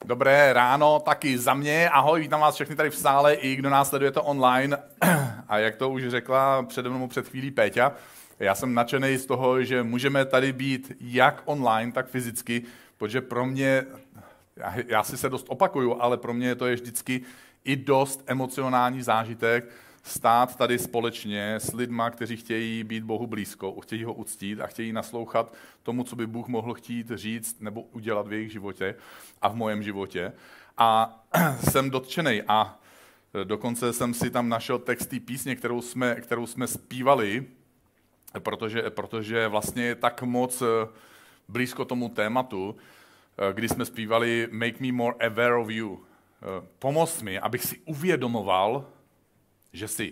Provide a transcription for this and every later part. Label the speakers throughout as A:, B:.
A: Dobré ráno taky za mě. Ahoj, vítám vás všechny tady v sále i kdo nás sledujete online. A jak to už řekla přede mnou před chvílí Péťa, já jsem nadšený z toho, že můžeme tady být jak online, tak fyzicky, protože pro mě, já si se dost opakuju, ale pro mě to je vždycky i dost emocionální zážitek stát tady společně s lidma, kteří chtějí být Bohu blízko, chtějí ho uctít a chtějí naslouchat tomu, co by Bůh mohl chtít říct nebo udělat v jejich životě a v mém životě. A jsem dotčený a dokonce jsem si tam našel text té písně, kterou jsme zpívali, protože vlastně je tak moc blízko tomu tématu, kdy jsme zpívali Make me more aware of you. Pomoz mi, abych si uvědomoval, že jsi.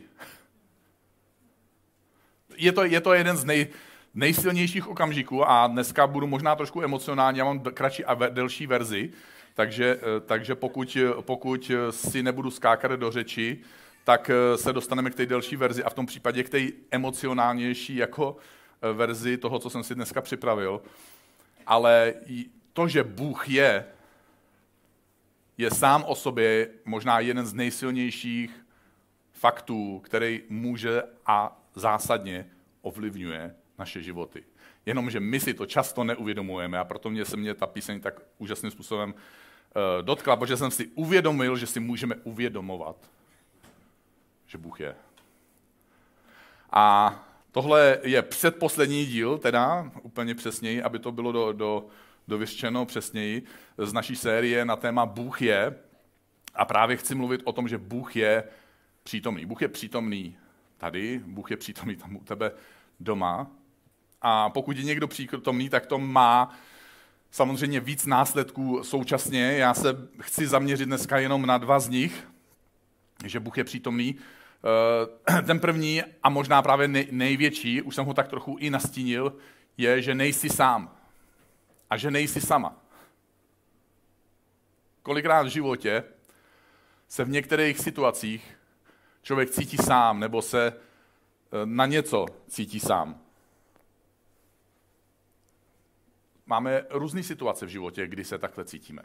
A: Je to jeden z nejsilnějších okamžiků a dneska budu možná trošku emocionální, já mám kratší a delší verzi, takže pokud si nebudu skákat do řeči, tak se dostaneme k té delší verzi a v tom případě k té emocionálnější jako verzi toho, co jsem si dneska připravil. Ale to, že Bůh je sám o sobě možná jeden z nejsilnějších faktů, který může a zásadně ovlivňuje naše životy. Jenomže my si to často neuvědomujeme a proto se mě ta píseň tak úžasným způsobem dotkla, protože jsem si uvědomil, že si můžeme uvědomovat, že Bůh je. A tohle je předposlední díl, teda úplně přesněji, aby to bylo dovyřčeno přesněji, z naší série na téma Bůh je. A právě chci mluvit o tom, že Bůh je přítomný. Bůh je přítomný tady, Bůh je přítomný tam u tebe doma. A pokud je někdo přítomný, tak to má samozřejmě víc následků současně. Já se chci zaměřit dneska jenom na dva z nich, že Bůh je přítomný. Ten první a možná právě největší, už jsem ho tak trochu i nastínil, je, že nejsi sám a že nejsi sama. Kolikrát v životě se v některých situacích člověk cítí sám, nebo se na něco cítí sám. Máme různé situace v životě, kdy se takhle cítíme.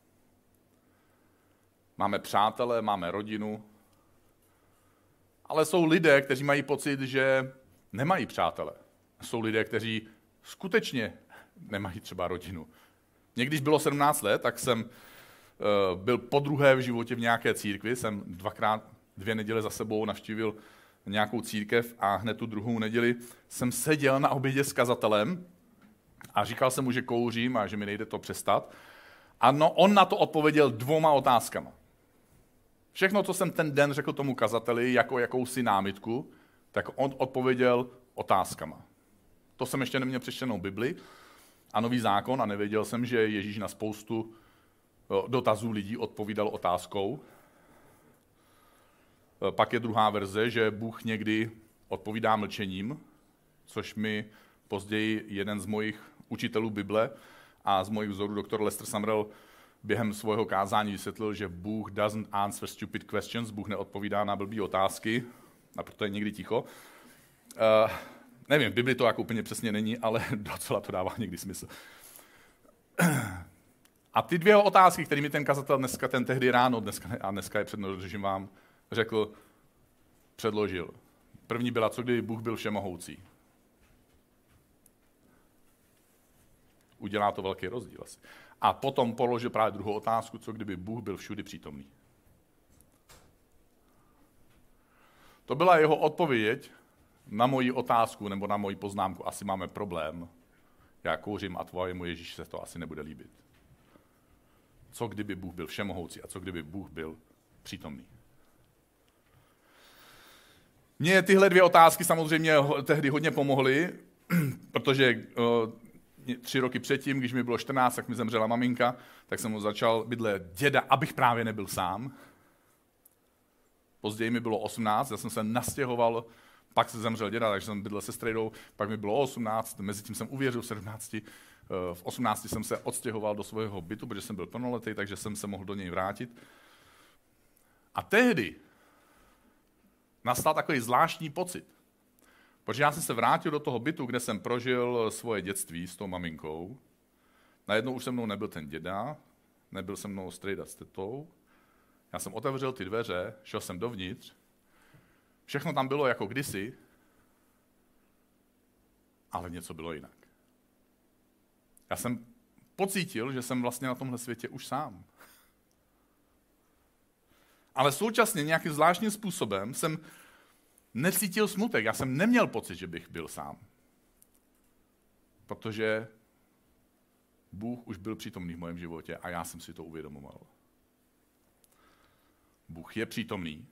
A: Máme přátele, máme rodinu, ale jsou lidé, kteří mají pocit, že nemají přátele. Jsou lidé, kteří skutečně nemají třeba rodinu. Mně když bylo 17 let, tak jsem byl podruhé v životě v nějaké církvi, jsem 2 neděle za sebou navštívil nějakou církev a hned tu druhou neděli jsem seděl na obědě s kazatelem a říkal jsem mu, že kouřím a že mi nejde to přestat. A on na to odpověděl 2 otázkama. Všechno, co jsem ten den řekl tomu kazateli jako jakousi námitku, tak on odpověděl otázkama. To jsem ještě neměl přečtenou Bibli a Nový zákon a nevěděl jsem, že Ježíš na spoustu dotazů lidí odpovídal otázkou. Pak je druhá verze, že Bůh někdy odpovídá mlčením, což mi později jeden z mojich učitelů Bible a z mojich vzorů doktor Lester Sumrall během svého kázání vysvětlil, že Bůh doesn't answer stupid questions, Bůh neodpovídá na blbý otázky a proto je někdy ticho. Nevím, v Bibli to jako úplně přesně není, ale docela to dává někdy smysl. A ty 2 otázky, které mi ten kazatel tehdy ráno, dneska je předložím vám, předložil. První byla, co kdyby Bůh byl všemohoucí. Udělá to velký rozdíl asi. A potom položil právě druhou otázku, co kdyby Bůh byl všudy přítomný. To byla jeho odpověď na moji otázku nebo na moji poznámku. Asi máme problém. Já kouřím a tvojemu Ježíši se to asi nebude líbit. Co kdyby Bůh byl všemohoucí a co kdyby Bůh byl přítomný. Mně tyhle 2 otázky samozřejmě tehdy hodně pomohly, protože 3 roky předtím, když mi bylo 14, tak mi zemřela maminka, tak jsem mu začal bydlet děda, abych právě nebyl sám. Později mi bylo 18, já jsem se nastěhoval, pak se zemřel děda, takže jsem bydlel se strejdou, pak mi bylo 18, mezi tím jsem uvěřil v 17. V 18 jsem se odstěhoval do svého bytu, protože jsem byl plnoletý, takže jsem se mohl do něj vrátit. A tehdy nastal takový zvláštní pocit. Protože já jsem se vrátil do toho bytu, kde jsem prožil svoje dětství s tou maminkou. Najednou už se mnou nebyl ten děda, nebyl se mnou strejdat s tetou. Já jsem otevřel ty dveře, šel jsem dovnitř. Všechno tam bylo jako kdysi, ale něco bylo jinak. Já jsem pocítil, že jsem vlastně na tomhle světě už sám. Ale současně nějakým zvláštním způsobem jsem necítil smutek. Já jsem neměl pocit, že bych byl sám. Protože Bůh už byl přítomný v mém životě a já jsem si to uvědomoval. Bůh je přítomný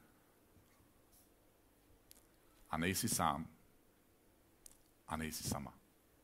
A: a nejsi sám a nejsi sama.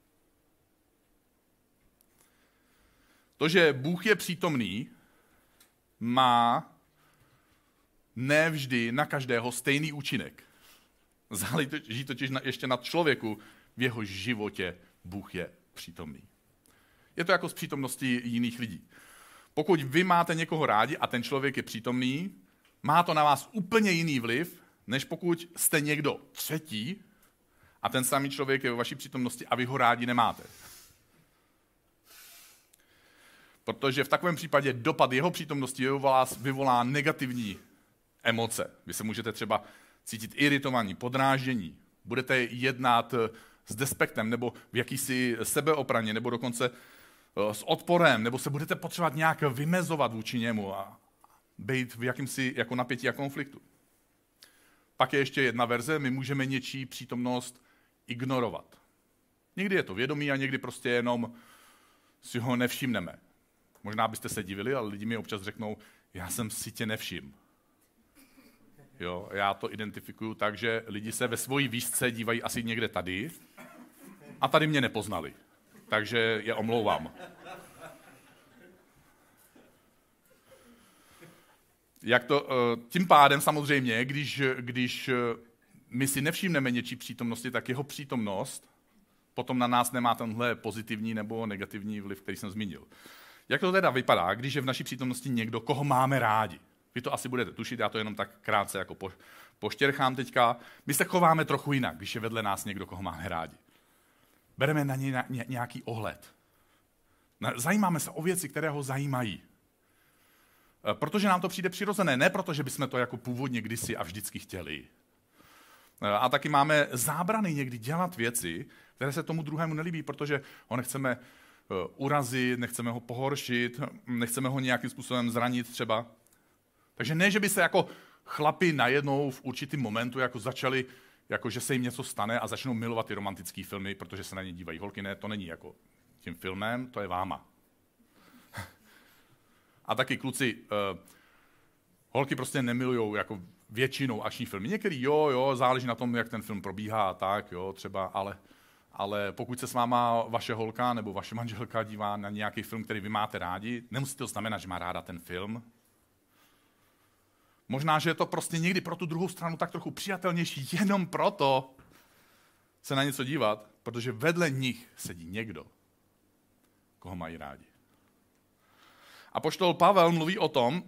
A: To, že Bůh je přítomný, má ne vždy na každého stejný účinek. Záleží totiž ještě na člověku, v jeho životě Bůh je přítomný. Je to jako s přítomností jiných lidí. Pokud vy máte někoho rádi a ten člověk je přítomný, má to na vás úplně jiný vliv, než pokud jste někdo třetí a ten samý člověk je ve vaší přítomnosti a vy ho rádi nemáte. Protože v takovém případě dopad jeho přítomnosti vyvolá negativní emoce. Vy se můžete třeba cítit iritovaní, podráždění, budete jednat s despektem nebo v jakýsi sebeopraně, nebo dokonce s odporem, nebo se budete potřebovat nějak vymezovat vůči němu a být v jakýmsi jako napětí a konfliktu. Pak je ještě jedna verze, my můžeme něčí přítomnost ignorovat. Někdy je to vědomí a někdy prostě jenom si ho nevšimneme. Možná byste se divili, ale lidi mi občas řeknou, já jsem si tě nevšiml. Jo, já to identifikuju tak, že lidi se ve svojí výšce dívají asi někde tady a tady mě nepoznali. Takže je omlouvám. Tím pádem samozřejmě, když my si nevšimneme něčí přítomnosti, tak jeho přítomnost potom na nás nemá tenhle pozitivní nebo negativní vliv, který jsem zmínil. Jak to teda vypadá, když je v naší přítomnosti někdo, koho máme rádi? Vy to asi budete tušit, já to jenom tak krátce jako poštěrchám teďka. My se chováme trochu jinak, když je vedle nás někdo, koho máme rádi. Bereme na něj nějaký ohled. Zajímáme se o věci, které ho zajímají. Protože nám to přijde přirozené, ne proto, že bychom to jako původně kdysi a vždycky chtěli. A taky máme zábrany někdy dělat věci, které se tomu druhému nelíbí, protože ho nechceme urazit, nechceme ho pohoršit, nechceme ho nějakým způsobem zranit třeba. Takže ne, že by se jako chlapi najednou v určitým momentu jako začali, jako že se jim něco stane a začnou milovat ty romantické filmy, protože se na ně dívají holky. Ne, to není jako tím filmem, to je váma. A taky kluci, holky prostě nemilujou jako většinou akční filmy. Některý jo, záleží na tom, jak ten film probíhá a tak, jo, třeba, ale pokud se s váma vaše holka nebo vaše manželka dívá na nějaký film, který vy máte rádi, nemusí to znamenat, že má ráda ten film. Možná, že je to prostě někdy pro tu druhou stranu tak trochu přijatelnější, jenom proto se na něco dívat, protože vedle nich sedí někdo, koho mají rádi. Apoštol Pavel mluví o tom,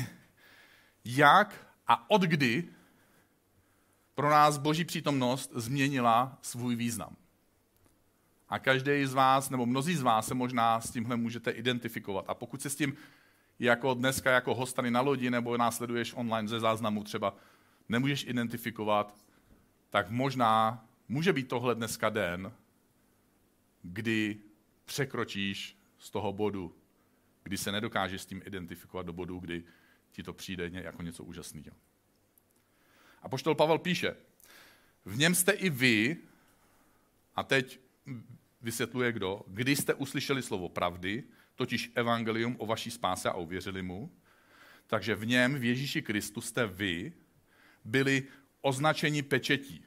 A: jak a od kdy pro nás Boží přítomnost změnila svůj význam. A každý z vás, nebo mnozí z vás se možná s tímhle můžete identifikovat. A pokud se s tím jako dneska jako host tady na lodi, nebo následuješ online ze záznamu třeba, nemůžeš identifikovat, tak možná může být tohle dneska den, kdy překročíš z toho bodu, kdy se nedokážeš s tím identifikovat do bodu, kdy ti to přijde jako něco úžasného. Apoštol Pavel píše, v něm jste i vy, a teď vysvětluje kdo, když jste uslyšeli slovo pravdy, totiž evangelium o vaší spáse a uvěřili mu, takže v něm, v Ježíši Kristu, jste vy byli označeni pečetí,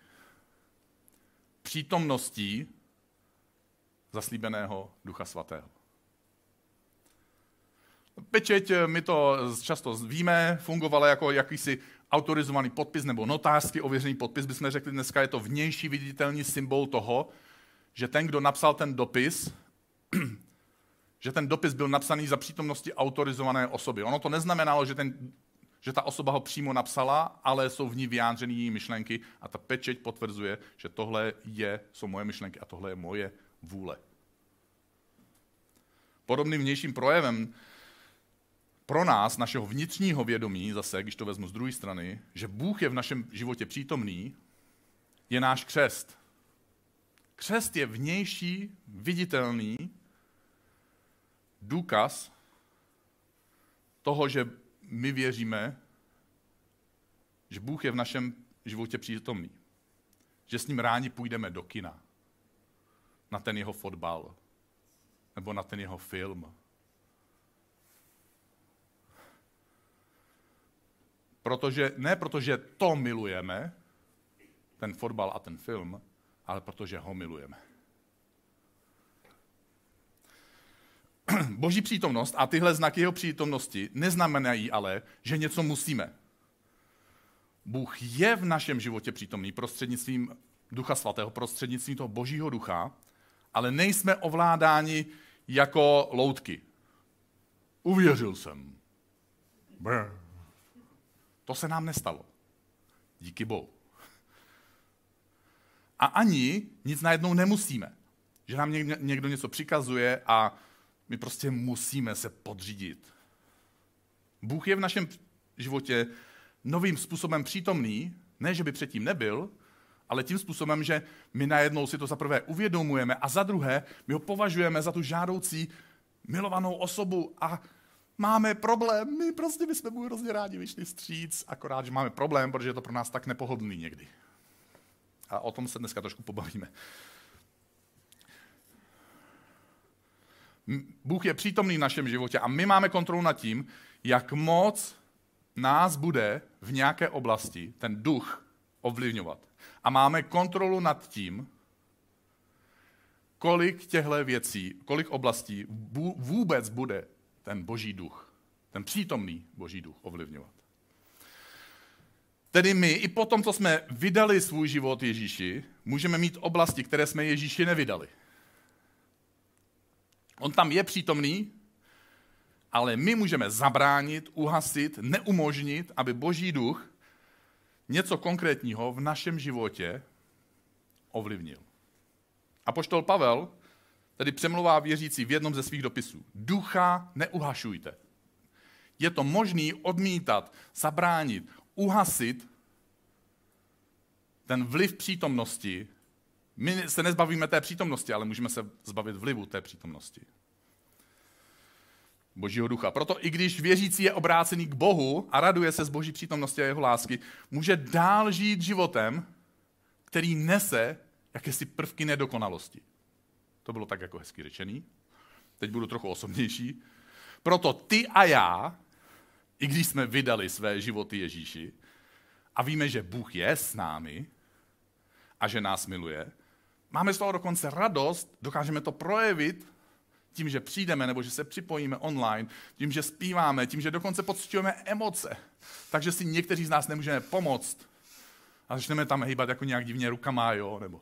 A: přítomností zaslíbeného Ducha Svatého. Pečeť, my to často víme, fungovala jako jakýsi autorizovaný podpis nebo notářský ověřený podpis, bychom řekli dneska, je to vnější viditelný symbol toho, že ten, kdo napsal ten dopis, že ten dopis byl napsaný za přítomnosti autorizované osoby. Ono to neznamenalo, že ta osoba ho přímo napsala, ale jsou v ní vyjádřené její myšlenky a ta pečeť potvrzuje, že tohle jsou moje myšlenky a tohle je moje vůle. Podobným vnějším projevem pro nás, našeho vnitřního vědomí, zase, když to vezmu z druhé strany, že Bůh je v našem životě přítomný, je náš křest. Křest je vnější, viditelný důkaz toho, že my věříme, že Bůh je v našem životě přítomný. Že s ním rádi půjdeme do kina, na ten jeho fotbal, nebo na ten jeho film. Ne protože to milujeme, ten fotbal a ten film, ale protože ho milujeme. Boží přítomnost a tyhle znaky jeho přítomnosti neznamenají ale, že něco musíme. Bůh je v našem životě přítomný prostřednictvím Ducha Svatého, prostřednictvím toho Božího ducha, ale nejsme ovládáni jako loutky. Uvěřil jsem. Brr. To se nám nestalo. Díky Bohu. A ani nic najednou nemusíme. Že nám někdo něco přikazuje a my prostě musíme se podřídit. Bůh je v našem životě novým způsobem přítomný, ne, že by předtím nebyl, ale tím způsobem, že my najednou si to za prvé uvědomujeme a za druhé my ho považujeme za tu žádoucí milovanou osobu a máme problém. My bychom mu hrozně rádi vyšli vstříc, akorát, že máme problém, protože je to pro nás tak nepohodlný někdy. A o tom se dneska trošku pobavíme. Bůh je přítomný v našem životě a my máme kontrolu nad tím, jak moc nás bude v nějaké oblasti ten duch ovlivňovat. A máme kontrolu nad tím, kolik těchto věcí, kolik oblastí vůbec bude ten Boží duch, ten přítomný Boží duch ovlivňovat. Tedy my, i po tom, co jsme vydali svůj život Ježíši, můžeme mít oblasti, které jsme Ježíši nevydali. On tam je přítomný, ale my můžeme zabránit, uhasit, neumožnit, aby Boží duch něco konkrétního v našem životě ovlivnil. Apoštol Pavel tedy přemlouvá věřící v jednom ze svých dopisů. Ducha neuhašujte. Je to možný odmítat, zabránit, uhasit ten vliv přítomnosti. My se nezbavíme té přítomnosti, ale můžeme se zbavit vlivu té přítomnosti. Božího ducha. Proto i když věřící je obrácený k Bohu a raduje se z Boží přítomnosti a jeho lásky, může dál žít životem, který nese jakési prvky nedokonalosti. To bylo tak jako hezky řečený. Teď budu trochu osobnější. Proto ty a já, i když jsme vydali své životy Ježíši a víme, že Bůh je s námi a že nás miluje, máme z toho dokonce radost, dokážeme to projevit tím, že přijdeme nebo že se připojíme online, tím, že zpíváme, tím, že dokonce pociťujeme emoce. Takže si někteří z nás nemůžeme pomoct a začneme tam hýbat jako nějak divně rukama, jo.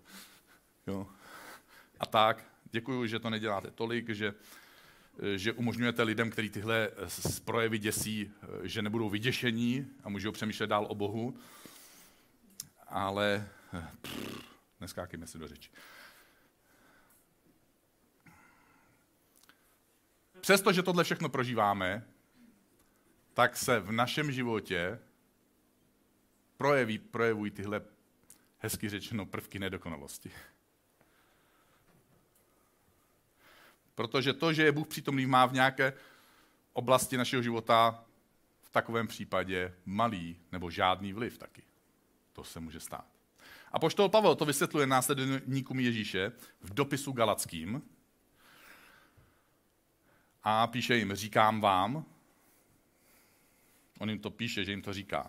A: A tak, děkuju, že to neděláte tolik, že umožňujete lidem, kteří tyhle projevy děsí, že nebudou vyděšení a můžou přemýšlet dál o Bohu. Ale neskákejme si do řeči. Přestože tohle všechno prožíváme, tak se v našem životě projevují tyhle hezky řečeno prvky nedokonalosti. Protože to, že je Bůh přítomný, má v nějaké oblasti našeho života v takovém případě malý nebo žádný vliv taky. To se může stát. Apoštol Pavel to vysvětluje následovníkům Ježíše v dopisu Galackým a píše jim, říkám vám, on jim to píše, že jim to říká.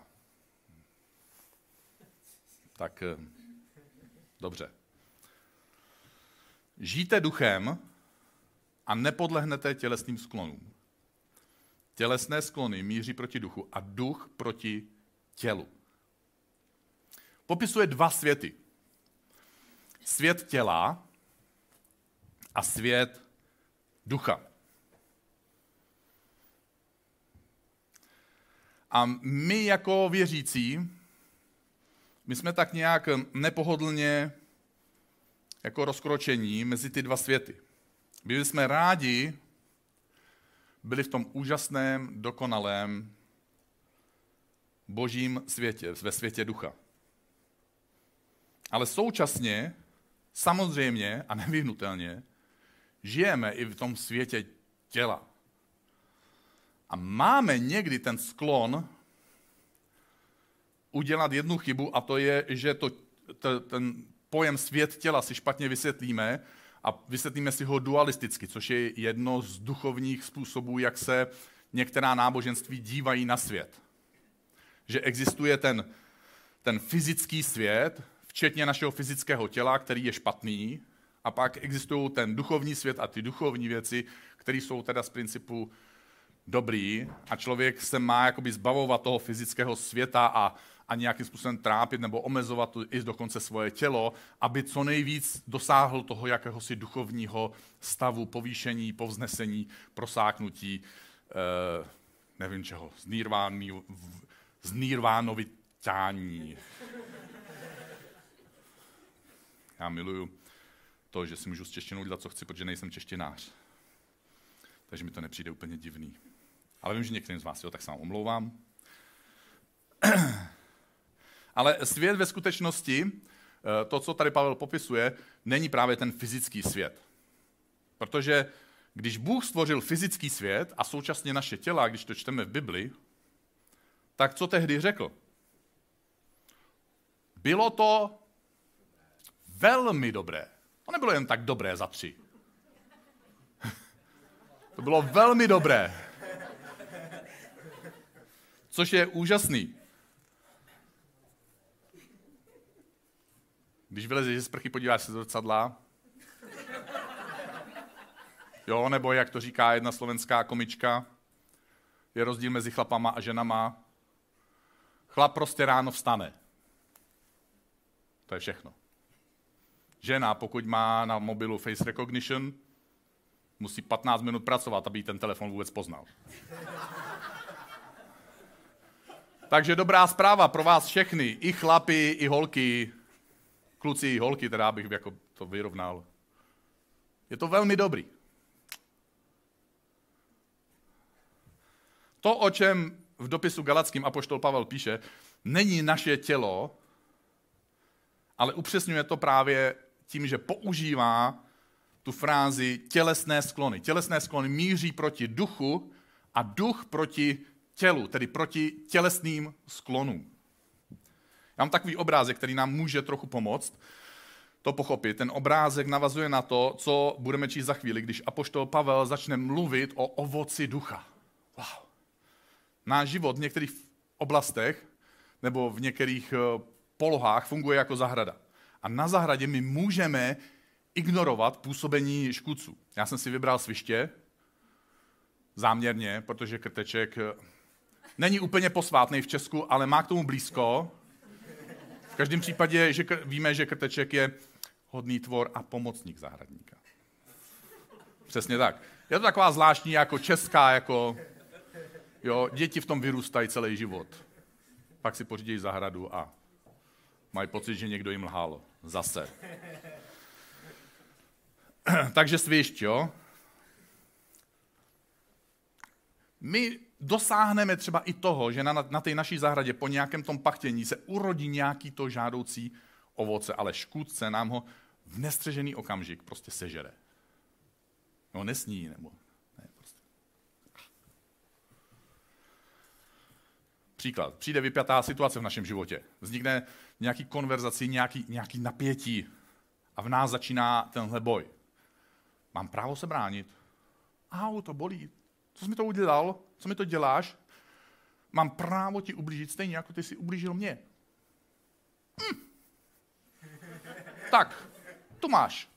A: Tak dobře. Žijte duchem a nepodlehnete tělesným sklonům. Tělesné sklony míří proti duchu a duch proti tělu. Popisuje dva světy. Svět těla a svět ducha. A my jako věřící, my jsme tak nějak nepohodlně jako rozkročení mezi ty dva světy. Byli jsme rádi byli v tom úžasném, dokonalém božím světě, ve světě ducha. Ale současně, samozřejmě a nevyhnutelně, žijeme i v tom světě těla. A máme někdy ten sklon udělat jednu chybu, a to je, že ten pojem svět těla si špatně vysvětlíme a vysvětlíme si ho dualisticky, což je jedno z duchovních způsobů, jak se některá náboženství dívají na svět. Že existuje ten fyzický svět, včetně našeho fyzického těla, který je špatný, a pak existují ten duchovní svět a ty duchovní věci, které jsou teda z principu dobrý, a člověk se má jakoby zbavovat toho fyzického světa a nějakým způsobem trápit nebo omezovat i dokonce svoje tělo, aby co nejvíc dosáhl toho jakéhosi duchovního stavu, povýšení, povznesení, prosáknutí, nevím čeho, znírvánovitání. Já miluju to, že si můžu s češtinou dělat, co chci, protože nejsem češtinář. Takže mi to nepřijde úplně divný. Ale vím, že některým z vás, tak se vám omlouvám. Ale svět ve skutečnosti, to, co tady Pavel popisuje, není právě ten fyzický svět. Protože když Bůh stvořil fyzický svět a současně naše těla, když to čteme v Bibli, tak co tehdy řekl? Bylo to velmi dobré. To nebylo jen tak dobré za 3. To bylo velmi dobré. Což je úžasný. Když vylezeš ze sprchy, podíváš se do zrcadla. Jo, nebo jak to říká jedna slovenská komička, je rozdíl mezi chlapama a ženama. Chlap prostě ráno vstane. To je všechno. Žena, pokud má na mobilu face recognition, musí 15 minut pracovat, aby ten telefon vůbec poznal. Takže dobrá zpráva pro vás všechny, i chlapi, i holky, kluci i holky, teda bych jako to vyrovnal. Je to velmi dobrý. To, o čem v dopisu Galackým apoštol Pavel píše, není naše tělo, ale upřesňuje to právě tím, že používá tu frázi tělesné sklony. Tělesné sklony míří proti duchu a duch proti tělu, tedy proti tělesným sklonům. Já mám takový obrázek, který nám může trochu pomoct to pochopit. Ten obrázek navazuje na to, co budeme číst za chvíli, když apoštol Pavel začne mluvit o ovoci ducha. Wow. Náš život v některých oblastech nebo v některých polohách funguje jako zahrada. A na zahradě my můžeme ignorovat působení škůdců. Já jsem si vybral sviště, záměrně, protože krteček není úplně posvátný v Česku, ale má k tomu blízko. V každém případě víme, že krteček je hodný tvor a pomocník zahradníka. Přesně tak. Je to taková zvláštní jako česká, jako jo, děti v tom vyrůstají celý život. Pak si pořídí zahradu a mají pocit, že někdo jim lhal. Zase. Takže svišť, jo. My dosáhneme třeba i toho, že na té naší zahradě po nějakém tom pachtění se urodí nějaký to žádoucí ovoce, ale škůdce nám ho v nestřežený okamžik prostě sežere. No nesní, nebo ne, prostě. Příklad. Přijde vypjatá situace v našem životě. Vznikne nějaký konverzaci, nějaký napětí a v nás začíná tenhle boj. Mám právo se bránit. Au, to bolí. Co jsi mi to udělal? Co mi to děláš? Mám právo ti ublížit stejně, jako ty jsi ublížil mě. Tak, tu máš.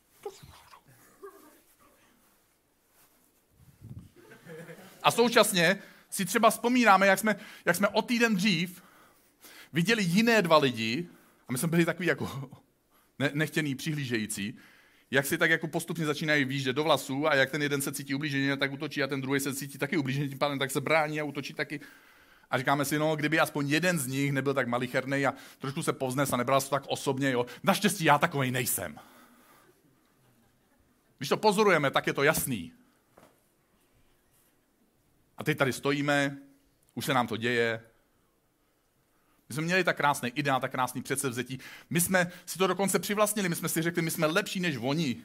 A: A současně si třeba vzpomínáme, jak jsme o týden dřív viděli jiné 2 lidi, a my jsme byli takový jako nechtěný, přihlížející, jak si tak jako postupně začínají výjíždět do vlasů a jak ten jeden se cítí ublíženě, tak útočí a ten druhý se cítí taky ublíženě, tím pádem tak se brání a útočí taky. A říkáme si, no, kdyby aspoň jeden z nich nebyl tak malichernej a trošku se povznes a nebral se to tak osobně, jo. Naštěstí já takovej nejsem. Když to pozorujeme, tak je to jasný. teď tady stojíme, už se nám to děje. My jsme měli tak krásný ideál, tak krásný předsevzetí. My jsme si to dokonce přivlastnili, my jsme si řekli, my jsme lepší než oni.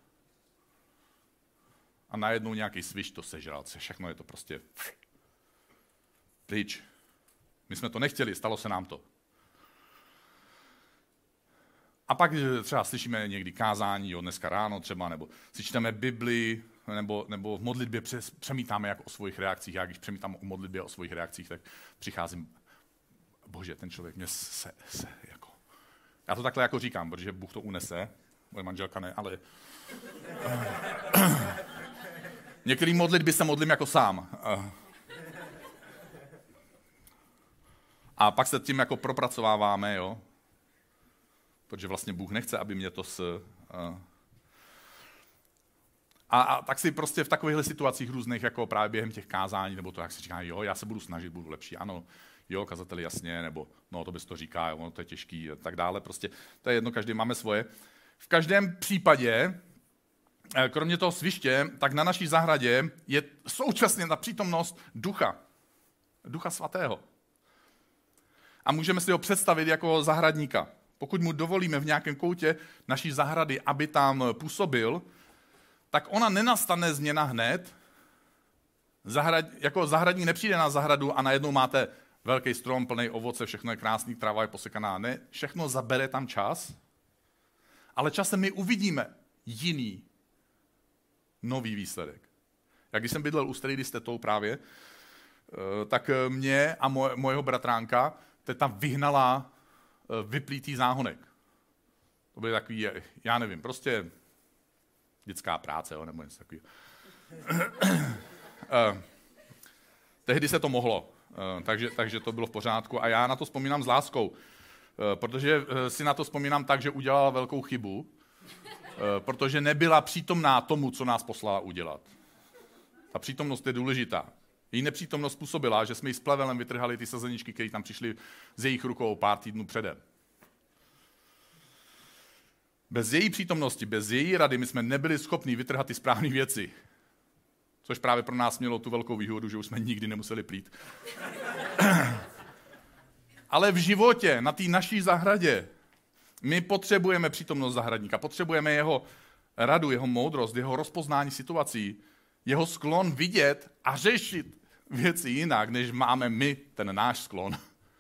A: A najednou nějaký sviš to sežral, všechno je to prostě pryč. My jsme to nechtěli, stalo se nám to. A pak třeba slyšíme někdy kázání, dneska ráno třeba, nebo si čteme Bibli, nebo v modlitbě přemítáme jako o svých reakcích. Já když přemítám o modlitbě o svých reakcích, tak přicházím, bože, ten člověk mě se jako... Já to takhle jako říkám, protože Bůh to unese, moje manželka ne, ale... Některý modlitby se modlím jako sám. A pak se tím jako propracováváme, jo. Protože vlastně Bůh nechce, aby mě to A tak si prostě v takovýchhle situacích různých, jako právě během těch kázání, nebo to, jak si říká, jo, já se budu snažit, budu lepší, ano, jo, kazateli jasně, nebo no, to bys to říká, ono to je těžký, a tak dále, prostě to je jedno, každý máme svoje. V každém případě, kromě toho sviště, tak na naší zahradě je současně ta přítomnost Ducha Svatého. A můžeme si ho představit jako zahradníka. Pokud mu dovolíme v nějakém koutě naší zahrady, aby tam působil, tak ona nenastane změna hned. Jako zahradník nepřijde na zahradu a najednou máte velký strom plný ovoce, všechno je krásný, tráva je posekaná. Ne, všechno zabere tam čas, ale časem my uvidíme jiný, nový výsledek. Jak když jsem bydlel u Strejdy s tetou právě, tak mě a mojeho bratránka teta vyhnala vyplítý záhonek. To byl takový, já nevím, prostě dětská práce, jo, nebo něco takového. Tehdy se to mohlo, takže to bylo v pořádku a já na to vzpomínám s láskou, protože si na to vzpomínám tak, že udělala velkou chybu, protože nebyla přítomná tomu, co nás poslala udělat. Ta přítomnost je důležitá. Její nepřítomnost způsobila, že jsme jí s plevelem vytrhali ty sazeničky, které tam přišly z jejich rukou pár týdnů předem. Bez její přítomnosti, bez její rady my jsme nebyli schopni vytrhat ty správné věci. Což právě pro nás mělo tu velkou výhodu, že už jsme nikdy nemuseli plít. Ale v životě, na té naší zahradě, my potřebujeme přítomnost zahradníka, potřebujeme jeho radu, jeho moudrost, jeho rozpoznání situací, jeho sklon vidět a řešit věci jinak, než máme my, ten náš sklon.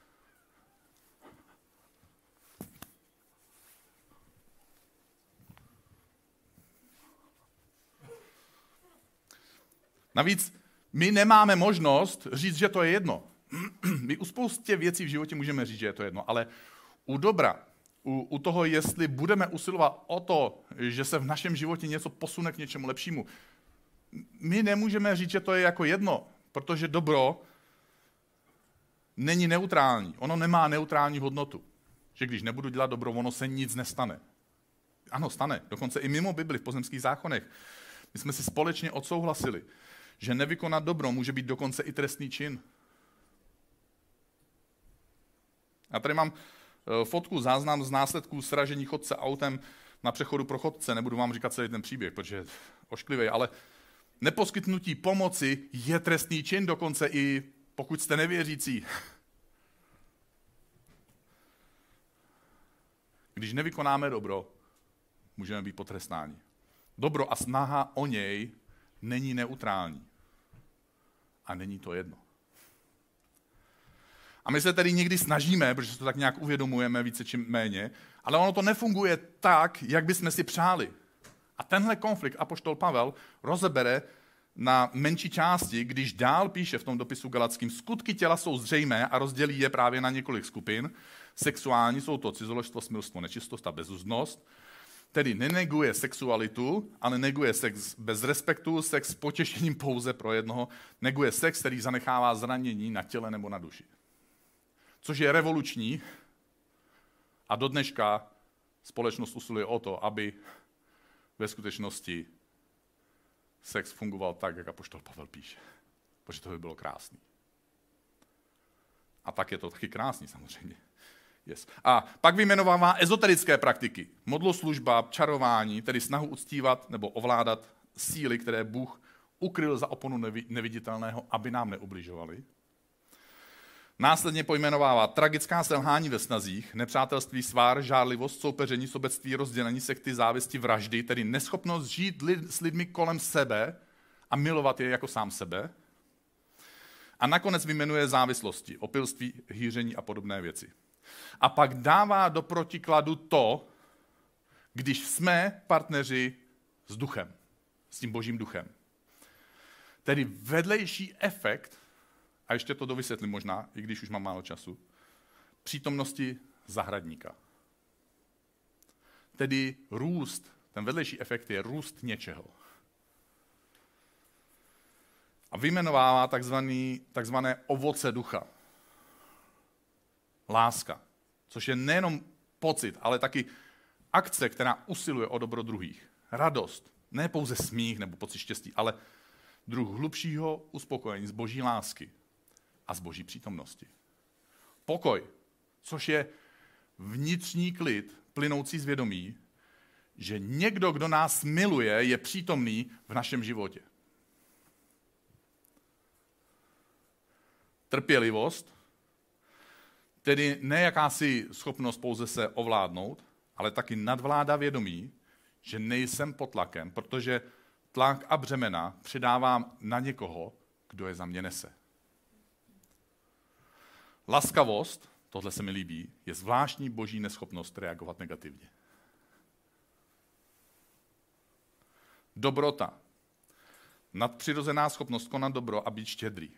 A: Navíc my nemáme možnost říct, že to je jedno. My u spoustě věcí v životě můžeme říct, že je to jedno, ale u dobra, u toho, jestli budeme usilovat o to, že se v našem životě něco posune k něčemu lepšímu, my nemůžeme říct, že to je jako jedno, protože dobro není neutrální. Ono nemá neutrální hodnotu. Že když nebudu dělat dobro, ono se nic nestane. Ano, stane. Dokonce i mimo Bibli, v pozemských zákonech. My jsme si společně odsouhlasili, že nevykonat dobro může být dokonce i trestný čin. Já tady mám fotku, záznam z následků sražení chodce autem na přechodu pro chodce. Nebudu vám říkat celý ten příběh, protože je ošklivý, ale neposkytnutí pomoci je trestný čin, dokonce i pokud jste nevěřící. Když nevykonáme dobro, můžeme být potrestáni. Dobro a snaha o něj není neutrální. A není to jedno. A my se tedy někdy snažíme, protože to tak nějak uvědomujeme více či méně, ale ono to nefunguje tak, jak bychom si přáli. A tenhle konflikt apoštol Pavel rozebere na menší části, když dál píše v tom dopisu Galackým, skutky těla jsou zřejmé a rozdělí je právě na několik skupin. Sexuální jsou to cizoložstvo, smilstvo, nečistost a bezuzdnost. Tedy neneguje sexualitu, ale neguje sex bez respektu, sex s potěšením pouze pro jednoho, neguje sex, který zanechává zranění na těle nebo na duši. Což je revoluční a do dneška společnost usiluje o to, aby ve skutečnosti sex fungoval tak, jak apoštol Pavel píše. Protože to by bylo krásný. A tak je to taky krásný samozřejmě. Yes. A pak vyjmenovává ezoterické praktiky. Modloslužba, čarování, tedy snahu uctívat nebo ovládat síly, které Bůh ukryl za oponu neviditelného, aby nám neubližovali. Následně pojmenovává tragická selhání ve snazích, nepřátelství, svár, žárlivost, soupeření, sobectví, rozdělení, sekty, závisti, vraždy, tedy neschopnost žít s lidmi kolem sebe a milovat je jako sám sebe. A nakonec vyjmenuje závislosti, opilství, hýření a podobné věci. A pak dává do protikladu to, když jsme partneři s duchem, s tím božím duchem. Tedy vedlejší efekt, a ještě to dovysvětlím možná, i když už mám málo času, přítomnosti zahradníka. Tedy růst, ten vedlejší efekt je růst něčeho. A vyjmenovává takzvané ovoce ducha. Láska, což je nejenom pocit, ale taky akce, která usiluje o dobro druhých. Radost, ne pouze smích nebo pocit štěstí, ale druh hlubšího uspokojení z boží lásky a z boží přítomnosti. Pokoj, což je vnitřní klid, plynoucí z vědomí, že někdo, kdo nás miluje, je přítomný v našem životě. Trpělivost, tedy ne jakási schopnost pouze se ovládnout, ale taky nadvláda vědomí, že nejsem pod tlakem, protože tlak a břemena předávám na někoho, kdo je za mě nese. Laskavost, tohle se mi líbí, je zvláštní boží neschopnost reagovat negativně. Dobrota, nadpřirozená schopnost konat dobro a být štědrý.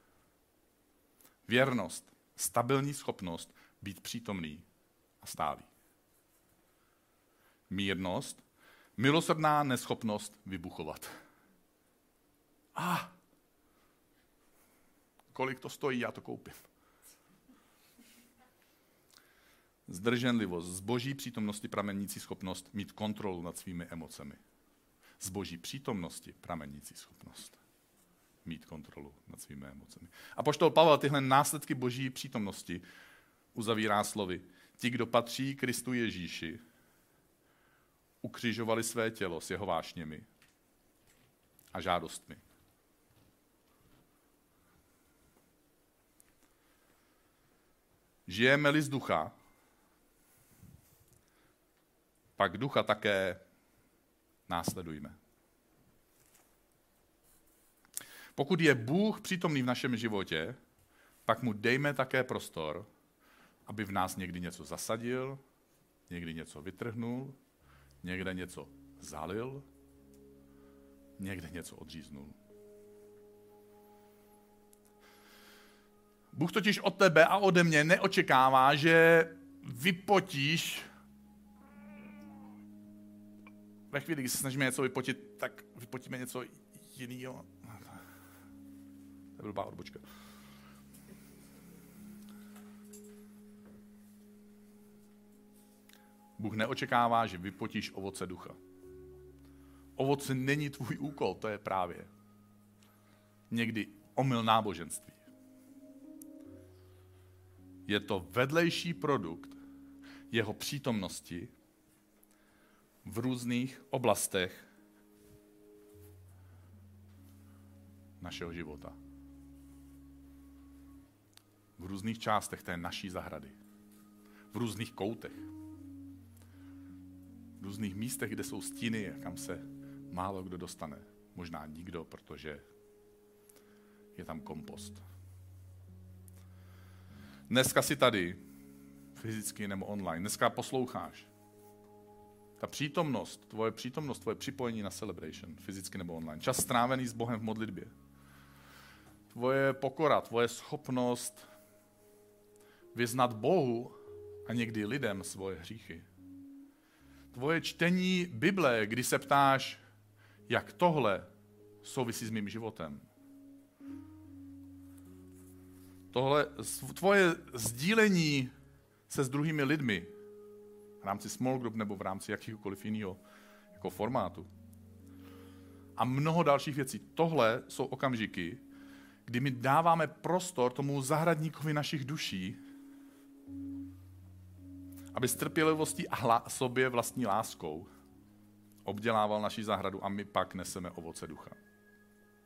A: Věrnost, stabilní schopnost být přítomný a stálý. Mírnost, milosrdná neschopnost vybuchovat. Kolik to stojí, já to koupím. Zdrženlivost, z boží přítomnosti pramenící schopnost mít kontrolu nad svými emocemi. Z boží přítomnosti pramenící schopnost mít kontrolu nad svými emocemi. Apoštol Pavel tyhle následky boží přítomnosti uzavírá slovy. Ti, kdo patří Kristu Ježíši, ukřižovali své tělo s jeho vášněmi a žádostmi. Žijeme-li z ducha, pak ducha také následujme. Pokud je Bůh přítomný v našem životě, pak mu dejme také prostor, aby v nás někdy něco zasadil, někdy něco vytrhnul, někde něco zalil, někde něco odříznul. Bůh totiž od tebe a ode mě neočekává, že vypotíš. Ve chvíli, kdy se snažíme něco vypotit, tak vypotíme něco jiného. To je blbá odbočka. Bůh neočekává, že vypotíš ovoce ducha. Ovoce není tvůj úkol, to je právě někdy omyl náboženství. Je to vedlejší produkt jeho přítomnosti v různých oblastech našeho života. V různých částech té naší zahrady. V různých koutech. V různých místech, kde jsou stíny, kam se málo kdo dostane. Možná nikdo, protože je tam kompost. Dneska jsi tady, fyzicky nebo online, dneska posloucháš. Ta přítomnost, tvoje připojení na celebration, fyzicky nebo online, čas strávený s Bohem v modlitbě, tvoje pokora, tvoje schopnost vyznat Bohu a někdy lidem svoje hříchy. Tvoje čtení Bible, kdy se ptáš, jak tohle souvisí s mým životem. Tvoje sdílení se s druhými lidmi v rámci small group nebo v rámci jakýkoliv jiného jako formátu. A mnoho dalších věcí. Tohle jsou okamžiky, kdy my dáváme prostor tomu zahradníkovi našich duší, aby s trpělivostí a sobě vlastní láskou obdělával naši zahradu a my pak neseme ovoce ducha.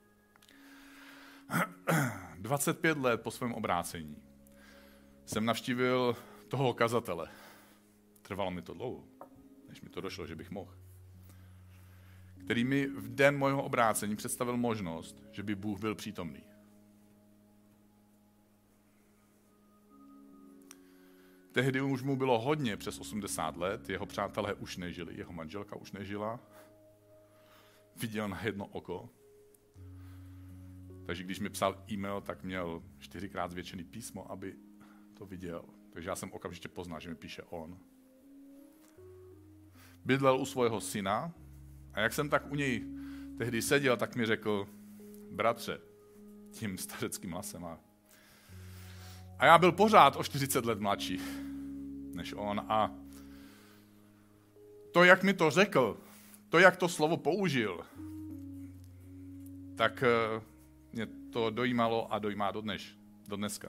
A: 25 let po svém obrácení jsem navštívil toho kazatele. Trvalo mi to dlouho, než mi to došlo, že bych mohl. Který mi v den mého obrácení představil možnost, že by Bůh byl přítomný. Tehdy už mu bylo hodně přes 80 let, jeho přátelé už nežili, jeho manželka už nežila. Viděl na jedno oko. Takže když mi psal e-mail, tak měl 4krát zvětšený písmo, aby to viděl. Takže já jsem okamžitě poznal, že mi píše on. Bydlel u svého syna a jak jsem tak u něj tehdy seděl, tak mi řekl, bratře, tím stařeckým hlasem. A já byl pořád o 40 let mladší než on. A to, jak mi to řekl, to, jak to slovo použil, tak mě to dojímalo a dojímá do dneska.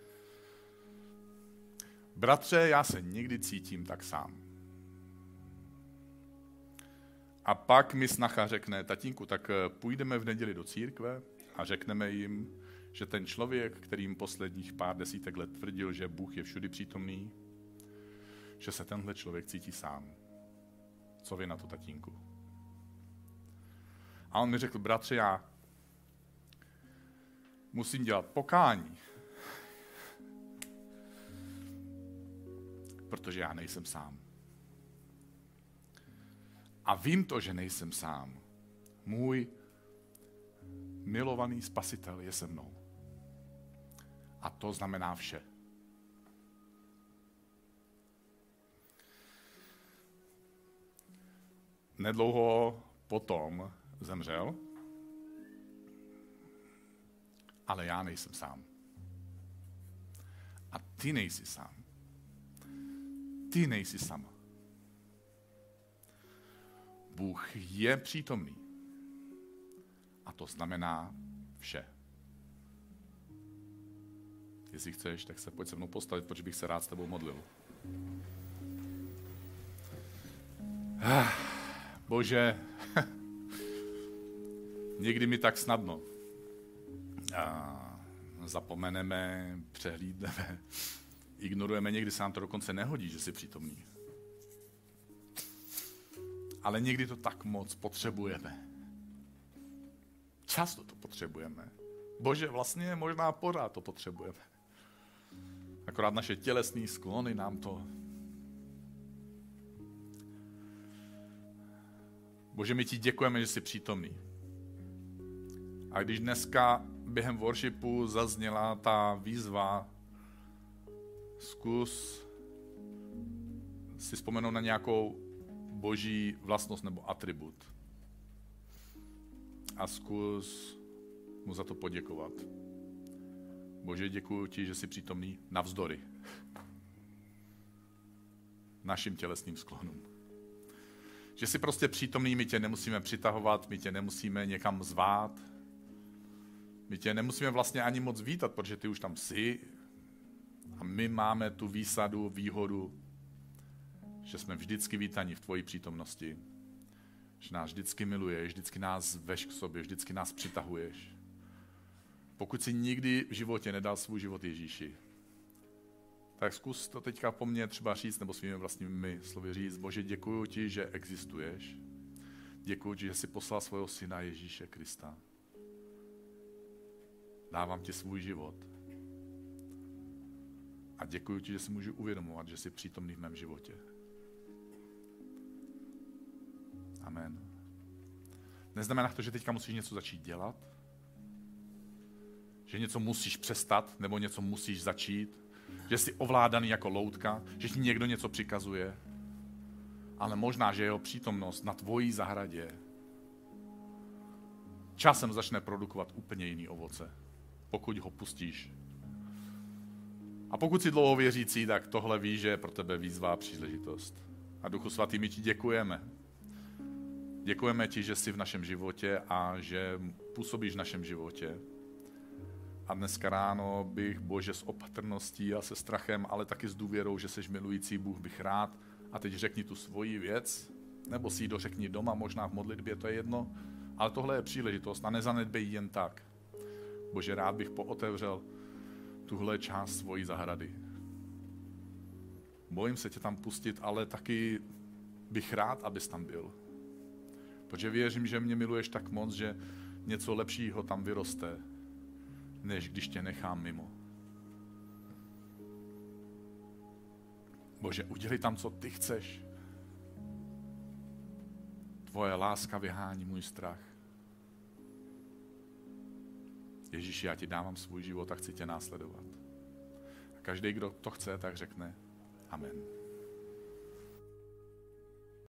A: Bratře, já se někdy cítím tak sám. A pak mi snacha řekne, tatínku, tak půjdeme v neděli do církve a řekneme jim, že ten člověk, kterým posledních pár desítek let tvrdil, že Bůh je všudy přítomný, že se tenhle člověk cítí sám. Co vy na to, tatínku? A on mi řekl, bratře, já musím dělat pokání, protože já nejsem sám. A vím to, že nejsem sám. Můj milovaný spasitel je se mnou. A to znamená vše. Nedlouho potom zemřel, ale já nejsem sám. A ty nejsi sám. Ty nejsi sama. Bůh je přítomný. A to znamená vše. Jestli chceš, tak se pojď se mnou postavit, protože bych se rád s tebou modlil. Bože, někdy mi tak snadno. Zapomeneme, přehlídneme, ignorujeme, někdy se nám to dokonce nehodí, že jsi přítomný. Ale někdy to tak moc potřebujeme. Často to potřebujeme. Bože, vlastně možná pořád to potřebujeme. Akorát naše tělesné sklony nám to. Bože, my ti děkujeme, že jsi přítomný. A když dneska během worshipu zazněla ta výzva, zkus si vzpomenout na nějakou boží vlastnost nebo atribut. A zkus mu za to poděkovat. Bože, děkuji ti, že jsi přítomný navzdory našim tělesným sklonům. Že jsi prostě přítomný, my tě nemusíme přitahovat, my tě nemusíme někam zvát, my tě nemusíme vlastně ani moc vítat, protože ty už tam jsi a my máme tu výsadu, výhodu, že jsme vždycky vítaní v tvojí přítomnosti, že nás vždycky miluješ, vždycky nás veš k sobě, vždycky nás přitahuješ. Pokud jsi nikdy v životě nedal svůj život Ježíši, tak zkus to teďka po mně třeba říct, nebo svými vlastními slovy říct, Bože, děkuju ti, že existuješ. Děkuju ti, že jsi poslal svého syna Ježíše Krista. Dávám ti svůj život. A děkuju ti, že si můžu uvědomovat, že jsi přítomný v mém životě. Amen. Neznamená to, že teďka musíš něco začít dělat, že něco musíš přestat, nebo něco musíš začít, že jsi ovládaný jako loutka, že ti někdo něco přikazuje, ale možná, že jeho přítomnost na tvojí zahradě časem začne produkovat úplně jiný ovoce, pokud ho pustíš. A pokud jsi dlouho věřící, tak tohle víš, že je pro tebe výzva a příležitost. A Duchu Svatý, my ti děkujeme. Děkujeme ti, že jsi v našem životě a že působíš v našem životě. A dneska ráno bych, Bože, s opatrností a se strachem, ale taky s důvěrou, že jsi milující Bůh, bych rád. A teď řekni tu svoji věc, nebo si ji dořekni doma, možná v modlitbě, to je jedno. Ale tohle je příležitost a nezanedbej jen tak. Bože, rád bych pootevřel tuhle část svojí zahrady. Bojím se tě tam pustit, ale taky bych rád, abys tam byl. Protože věřím, že mě miluješ tak moc, že něco lepšího tam vyroste, než když tě nechám mimo. Bože, udělej tam, co ty chceš. Tvoje láska vyhání můj strach. Ježíši, já ti dávám svůj život a chci tě následovat. A každý, kdo to chce, tak řekne amen.